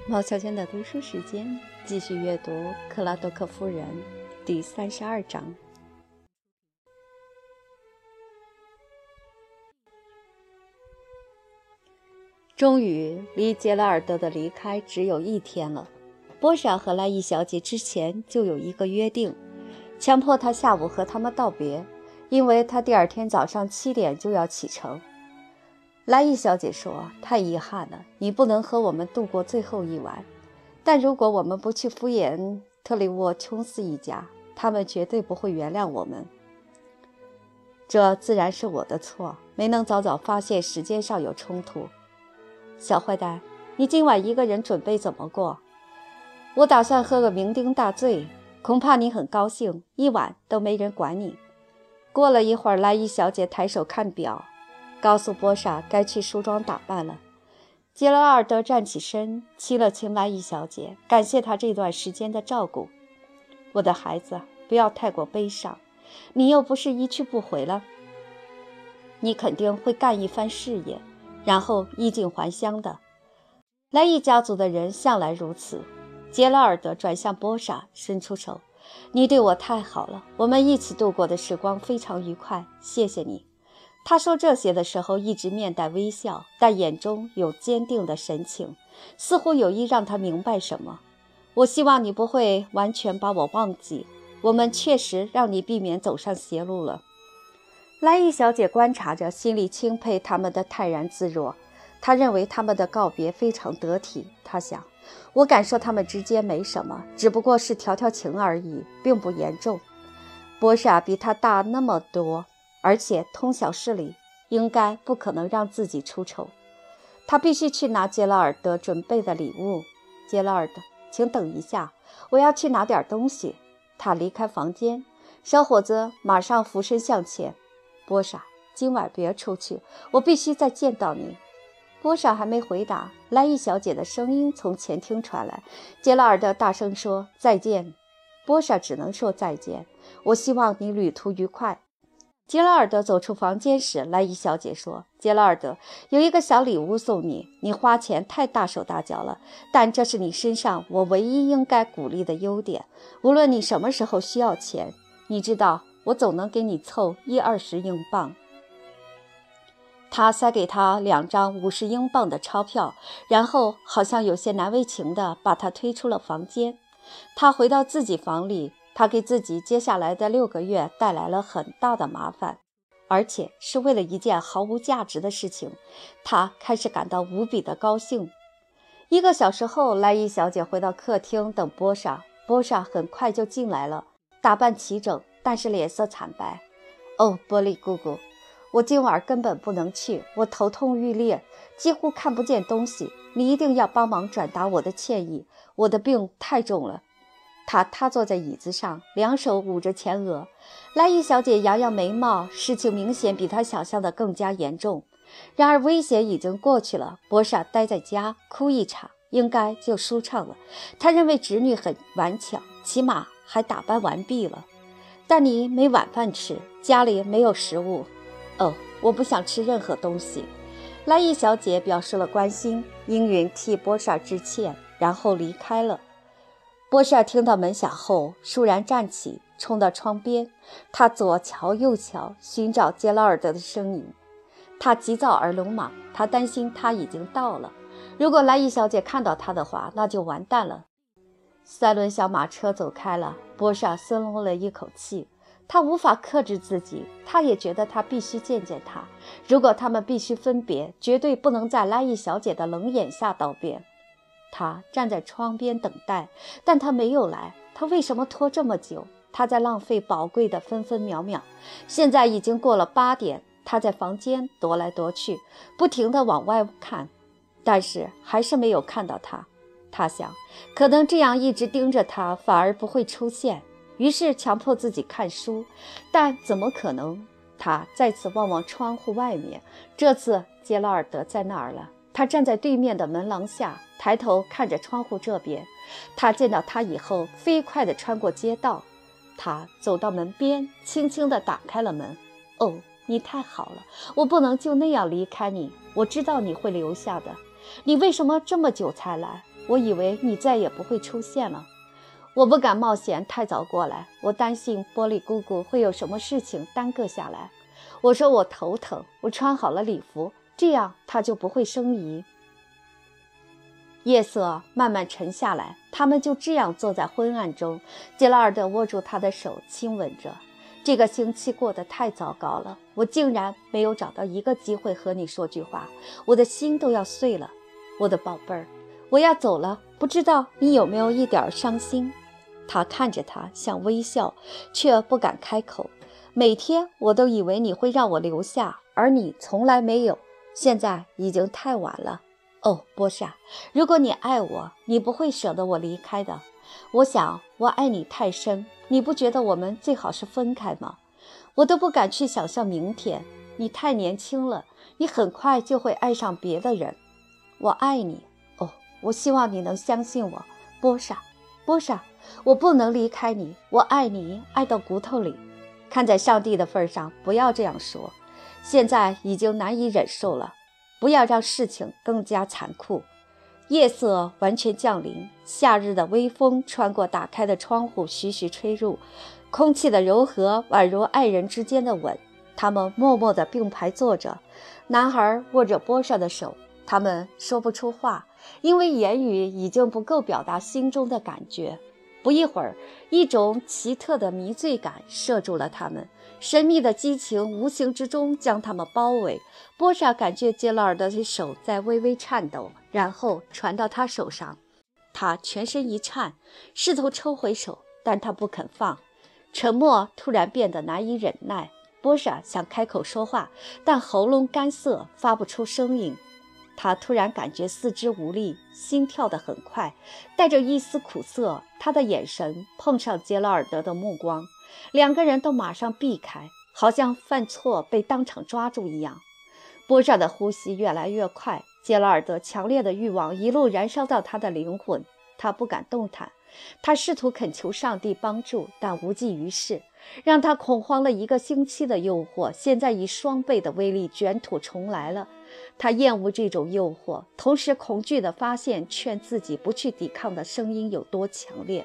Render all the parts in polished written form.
毛小娟的读书时间，继续阅读《克拉多克夫人》第32章。终于，离杰拉尔德的离开只有1天了。波莎和莱伊小姐之前就有一个约定，强迫她下午和他们道别，因为她第2天早上7点就要启程。莱伊小姐说：“太遗憾了，你不能和我们度过最后一晚。但如果我们不去敷衍特里沃琼斯一家，他们绝对不会原谅我们。这自然是我的错，没能早早发现时间上有冲突。小坏蛋，你今晚一个人准备怎么过？我打算喝个酩酊大醉，恐怕你很高兴，一晚都没人管你。”过了一会儿，莱伊小姐抬手看表，告诉波莎该去梳妆打扮了。杰拉尔德站起身，亲了亲莱伊小姐，感谢她这段时间的照顾。我的孩子，不要太过悲伤，你又不是一去不回了，你肯定会干一番事业，然后衣锦还乡的。莱伊家族的人向来如此。杰拉尔德转向波莎，伸出手：“你对我太好了，我们一起度过的时光非常愉快，谢谢你。”他说这些的时候一直面带微笑，但眼中有坚定的神情，似乎有意让他明白什么。我希望你不会完全把我忘记，我们确实让你避免走上邪路了。莱伊小姐观察着，心里钦佩他们的泰然自若。她认为他们的告别非常得体。她想，我敢说他们之间没什么，只不过是调调情而已，并不严重。波莎比他大那么多，而且通晓事理，应该不可能让自己出丑。他必须去拿杰拉尔德准备的礼物。杰拉尔德，请等一下，我要去拿点东西。他离开房间，小伙子马上俯身向前。波莎，今晚别出去，我必须再见到你。波莎还没回答，莱伊小姐的声音从前厅传来。杰拉尔德大声说：“再见。”波莎只能说再见。我希望你旅途愉快。杰拉尔德走出房间时，莱伊小姐说：“杰拉尔德，有一个小礼物送你，你花钱太大手大脚了，但这是你身上我唯一应该鼓励的优点。无论你什么时候需要钱，你知道我总能给你凑10-20英镑。”他塞给他2张50英镑的钞票，然后好像有些难为情地把他推出了房间。他回到自己房里，他给自己接下来的6个月带来了很大的麻烦，而且是为了一件毫无价值的事情。他开始感到无比的高兴。1个小时后，莱伊小姐回到客厅等波莎。波莎很快就进来了，打扮齐整，但是脸色惨白。“哦，波利姑姑，我今晚根本不能去，我头痛欲裂，几乎看不见东西。你一定要帮忙转达我的歉意，我的病太重了。”他坐在椅子上，2手捂着前额。莱伊小姐扬扬眉毛，事情明显比她想象的更加严重。然而危险已经过去了，波莎待在家哭一场应该就舒畅了。她认为侄女很顽强，起码还打扮完毕了。“但你没晚饭吃，家里没有食物。”“哦，我不想吃任何东西。”莱伊小姐表示了关心，应允替波莎致歉，然后离开了。波莎听到门响后，倏然站起，冲到窗边。她左瞧右瞧，寻找杰拉尔德的身影。她急躁而鲁莽，她担心他已经到了。如果莱伊小姐看到他的话，那就完蛋了。3轮小马车走开了，波莎松了一口气。他无法克制自己，他也觉得他必须见见他。如果他们必须分别，绝对不能在莱伊小姐的冷眼下道别。他站在窗边等待，但他没有来。他为什么拖这么久？他在浪费宝贵的分分秒秒。现在已经过了8点，他在房间踱来踱去，不停地往外看，但是还是没有看到他。他想，可能这样一直盯着他，反而不会出现。于是强迫自己看书，但怎么可能？他再次望望窗户外面，这次杰拉尔德在那儿了。他站在对面的门廊下，抬头看着窗户这边。他见到他以后，飞快地穿过街道。他走到门边，轻轻地打开了门。“哦，你太好了，我不能就那样离开你，我知道你会留下的。你为什么这么久才来？ 我以为你再也不会出现了。我不敢冒险太早过来，我担心波利姑姑会有什么事情耽搁下来。我说我头疼，我穿好了礼服，这样她就不会生疑。夜色慢慢沉下来，他们就这样坐在昏暗中。杰拉尔德握住他的手，亲吻着。这个星期过得太糟糕了，我竟然没有找到一个机会和你说句话，我的心都要碎了。我的宝贝儿，我要走了，不知道你有没有一点伤心？他看着他，想微笑，却不敢开口。每天我都以为你会让我留下，而你从来没有。现在已经太晚了。哦，波莎，如果你爱我，你不会舍得我离开的。我想我爱你太深，你不觉得我们最好是分开吗？我都不敢去想象明天。你太年轻了，你很快就会爱上别的人。我爱你。哦，我希望你能相信我，波莎，波莎，我不能离开你，我爱你，爱到骨头里。看在上帝的份上，不要这样说。现在已经难以忍受了，不要让事情更加残酷。夜色完全降临，夏日的微风穿过打开的窗户徐徐吹入，空气的柔和宛如爱人之间的吻。他们默默地并排坐着，男孩握着波莎的手，他们说不出话，因为言语已经不够表达心中的感觉。不一会儿，一种奇特的迷醉感摄住了他们，神秘的激情无形之中将他们包围。波莎感觉杰拉尔的手在微微颤抖，然后传到他手上，他全身一颤，试图抽回手，但他不肯放。沉默突然变得难以忍耐，波莎想开口说话，但喉咙干涩，发不出声音。他突然感觉四肢无力，心跳得很快，带着一丝苦涩。他的眼神碰上杰拉尔德的目光，两个人都马上避开，好像犯错被当场抓住一样。波莎的呼吸越来越快，杰拉尔德强烈的欲望一路燃烧到他的灵魂，他不敢动弹。他试图恳求上帝帮助，但无济于事。让他恐慌了1个星期的诱惑，现在以双倍的威力卷土重来了。他厌恶这种诱惑，同时恐惧地发现劝自己不去抵抗的声音有多强烈。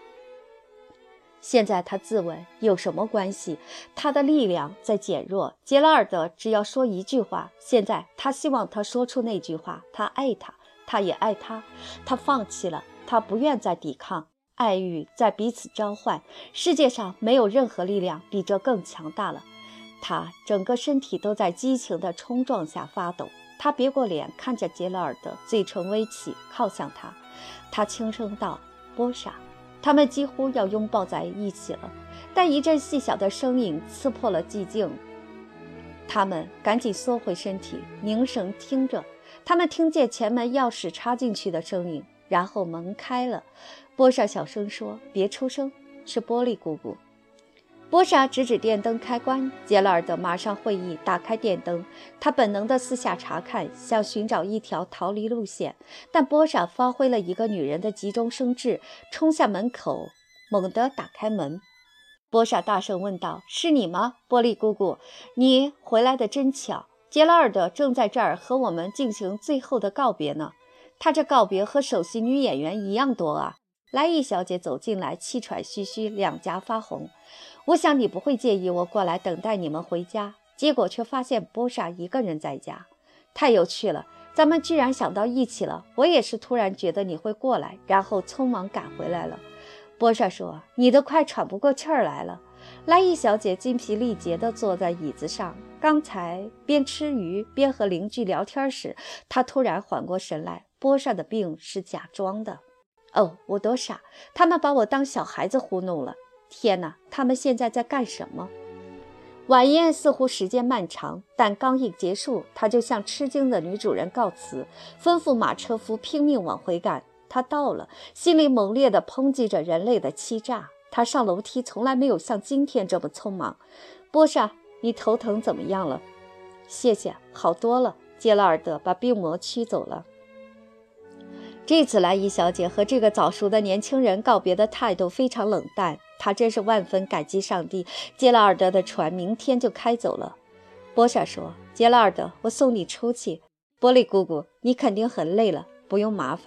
现在他自问，有什么关系？他的力量在减弱。杰拉尔德只要说一句话，现在他希望他说出那句话，他爱他，他也爱他。他放弃了，他不愿再抵抗。爱欲在彼此召唤，世界上没有任何力量比这更强大了。他整个身体都在激情的冲撞下发抖。他别过脸看着杰拉尔德，嘴唇微起，靠向他。他轻声道：波莎。他们几乎要拥抱在一起了，但一阵细小的声音刺破了寂静。他们赶紧缩回身体，凝神听着。他们听见前门钥匙插进去的声音，然后门开了。波莎小声说：别出声，是波利姑姑。波莎指指电灯开关，杰拉尔德马上会意，打开电灯。他本能地四下查看，想寻找一条逃离路线，但波莎发挥了一个女人的急中生智，冲向门口，猛地打开门。波莎大声问道：是你吗，波利姑姑？你回来的真巧，杰拉尔德正在这儿和我们进行最后的告别呢。他这告别和首席女演员一样多啊。莱伊小姐走进来，气喘吁吁，两颊发红。我想你不会介意我过来等待你们回家，结果却发现波莎一个人在家。太有趣了，咱们居然想到一起了。我也是突然觉得你会过来，然后匆忙赶回来了。波莎说：你都快喘不过气儿来了。莱伊小姐精疲力竭地坐在椅子上，刚才边吃鱼边和邻居聊天时，她突然缓过神来，波莎的病是假装的。哦，我多傻，他们把我当小孩子糊弄了。天哪，他们现在在干什么？晚宴似乎时间漫长，但刚一结束，他就向吃惊的女主人告辞，吩咐马车夫拼命往回赶。他到了，心里猛烈地抨击着人类的欺诈。他上楼梯从来没有像今天这么匆忙。波莎，你头疼怎么样了？谢谢，好多了。杰拉尔德把病魔驱走了。这次莱伊小姐和这个早熟的年轻人告别的态度非常冷淡，她真是万分感激上帝。杰拉尔德的船明天就开走了。波莎说：杰拉尔德，我送你出去。波利姑姑，你肯定很累了，不用麻烦。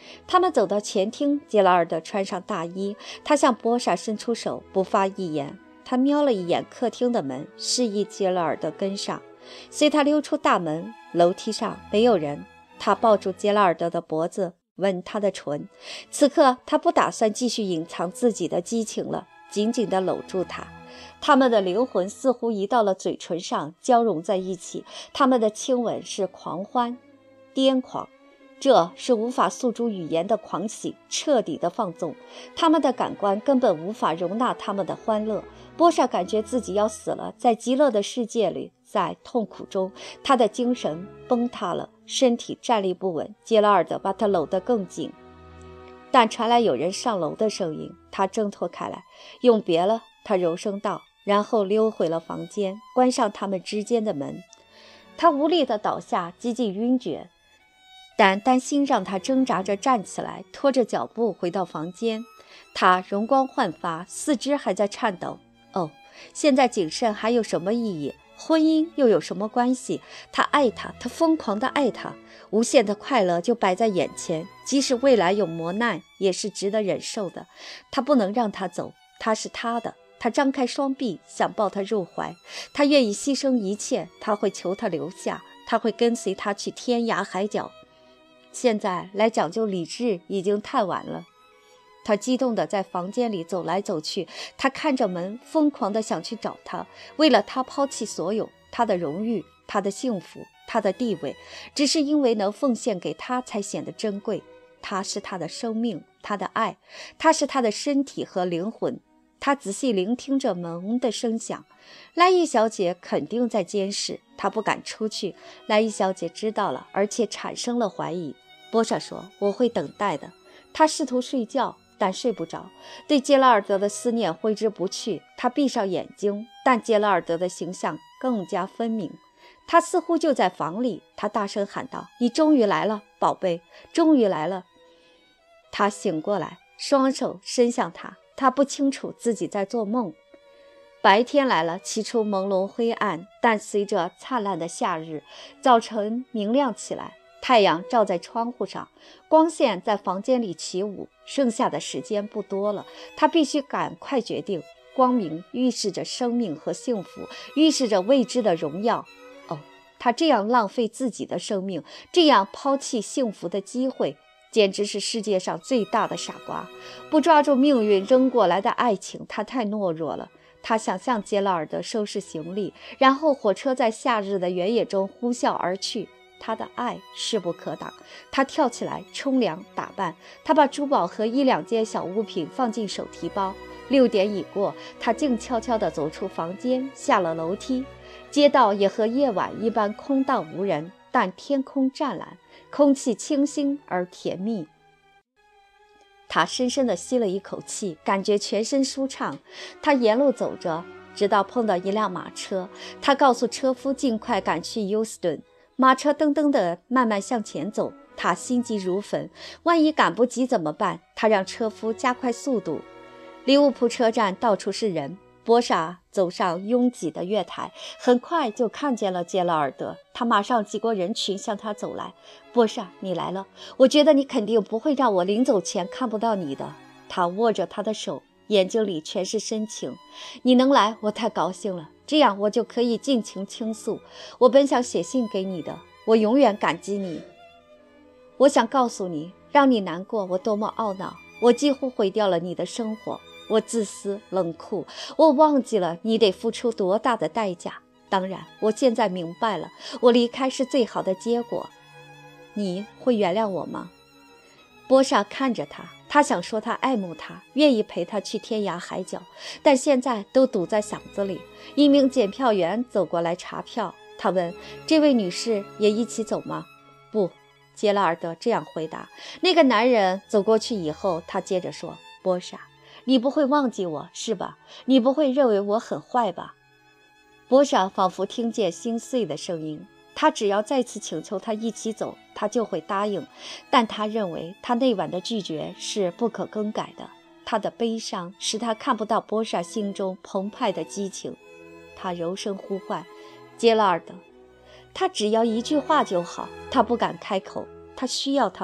他们走到前厅，杰拉尔德穿上大衣，他向波莎伸出手，不发一言。他瞄了一眼客厅的门，示意杰拉尔德跟上。随他溜出大门，楼梯上没有人。他抱住杰拉尔德的脖子，吻他的唇。此刻他不打算继续隐藏自己的激情了，紧紧地搂住他。他们的灵魂似乎移到了嘴唇上，交融在一起。他们的亲吻是狂欢、癫狂，这是无法诉诸语言的狂喜，彻底的放纵。他们的感官根本无法容纳他们的欢乐。波莎感觉自己要死了，在极乐的世界里，在痛苦中，他的精神崩塌了，身体站立不稳。杰拉尔德把他搂得更紧，但传来有人上楼的声音，他挣脱开来。永别了，他柔声道，然后溜回了房间，关上他们之间的门。他无力地倒下，几近晕厥，但担心让他挣扎着站起来，拖着脚步回到房间。他容光焕发，四肢还在颤抖。哦，现在谨慎还有什么意义？婚姻又有什么关系？他爱她，他疯狂地爱她，无限的快乐就摆在眼前，即使未来有磨难，也是值得忍受的。他不能让她走，她是他的。他张开双臂，想抱她入怀。他愿意牺牲一切，他会求她留下，他会跟随她去天涯海角。现在来讲究理智已经太晚了。他激动地在房间里走来走去，他看着门，疯狂地想去找他。为了他抛弃所有，他的荣誉，他的幸福，他的地位，只是因为能奉献给他才显得珍贵。他是他的生命，他的爱，他是他的身体和灵魂。他仔细聆听着门的声响，莱伊小姐肯定在监视，他不敢出去。莱伊小姐知道了，而且产生了怀疑。波莎说，我会等待的。他试图睡觉，但睡不着，对杰拉尔德的思念挥之不去。他闭上眼睛，但杰拉尔德的形象更加分明。他似乎就在房里，他大声喊道，你终于来了，宝贝，终于来了。他醒过来，双手伸向他，他不清楚自己在做梦。白天来了，起初朦胧灰暗，但随着灿烂的夏日，早晨明亮起来。太阳照在窗户上，光线在房间里起舞。剩下的时间不多了，他必须赶快决定。光明预示着生命和幸福，预示着未知的荣耀。哦，他这样浪费自己的生命，这样抛弃幸福的机会，简直是世界上最大的傻瓜。不抓住命运扔过来的爱情，他太懦弱了。他想象杰拉尔德收拾行李，然后火车在夏日的原野中呼啸而去。他的爱势不可挡。他跳起来冲凉打扮，他把珠宝和一两件小物品放进手提包。6点已过，他静悄悄地走出房间，下了楼梯。街道也和夜晚一般空荡无人，但天空湛蓝，空气清新而甜蜜。他深深地吸了一口气，感觉全身舒畅。他沿路走着，直到碰到一辆马车。他告诉车夫尽快赶去休斯顿。马车噔噔地慢慢向前走，他心急如焚，万一赶不及怎么办？他让车夫加快速度。利物浦车站到处是人，波莎走上拥挤的月台，很快就看见了杰拉尔德。他马上挤过人群向他走来。波莎，你来了，我觉得你肯定不会让我临走前看不到你的。他握着他的手，眼睛里全是深情。你能来，我太高兴了，这样我就可以尽情倾诉。我本想写信给你的，我永远感激你。我想告诉你，让你难过，我多么懊恼。我几乎毁掉了你的生活，我自私冷酷，我忘记了你得付出多大的代价。当然，我现在明白了，我离开是最好的结果。你会原谅我吗？波莎看着他，他想说他爱慕他，愿意陪他去天涯海角，但现在都堵在嗓子里。一名检票员走过来查票，他问，这位女士也一起走吗？不，杰拉尔德这样回答。那个男人走过去以后，他接着说，波莎，你不会忘记我是吧？你不会认为我很坏吧？波莎仿佛听见心碎的声音，他只要再次请求他一起走，他就会答应。但他认为他那晚的拒绝是不可更改的。他的悲伤使他看不到波莎心中澎湃的激情。他柔声呼唤，杰拉尔德。他只要一句话就好，他不敢开口。他需要他吗？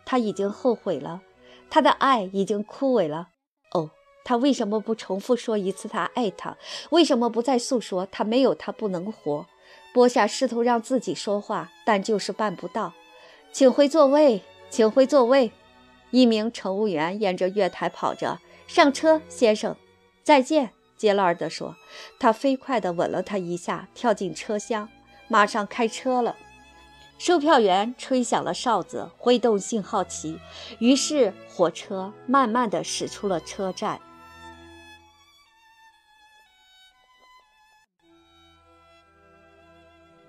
他已经后悔了，他的爱已经枯萎了。哦，他为什么不重复说一次他爱他？为什么不再诉说他没有他不能活？波夏试图让自己说话，但就是办不到。请回座位，请回座位。一名乘务员沿着月台跑着，上车，先生。再见，杰拉尔德说。他飞快地吻了他一下，跳进车厢，马上开车了。售票员吹响了哨子，挥动信号旗，于是火车慢慢地驶出了车站。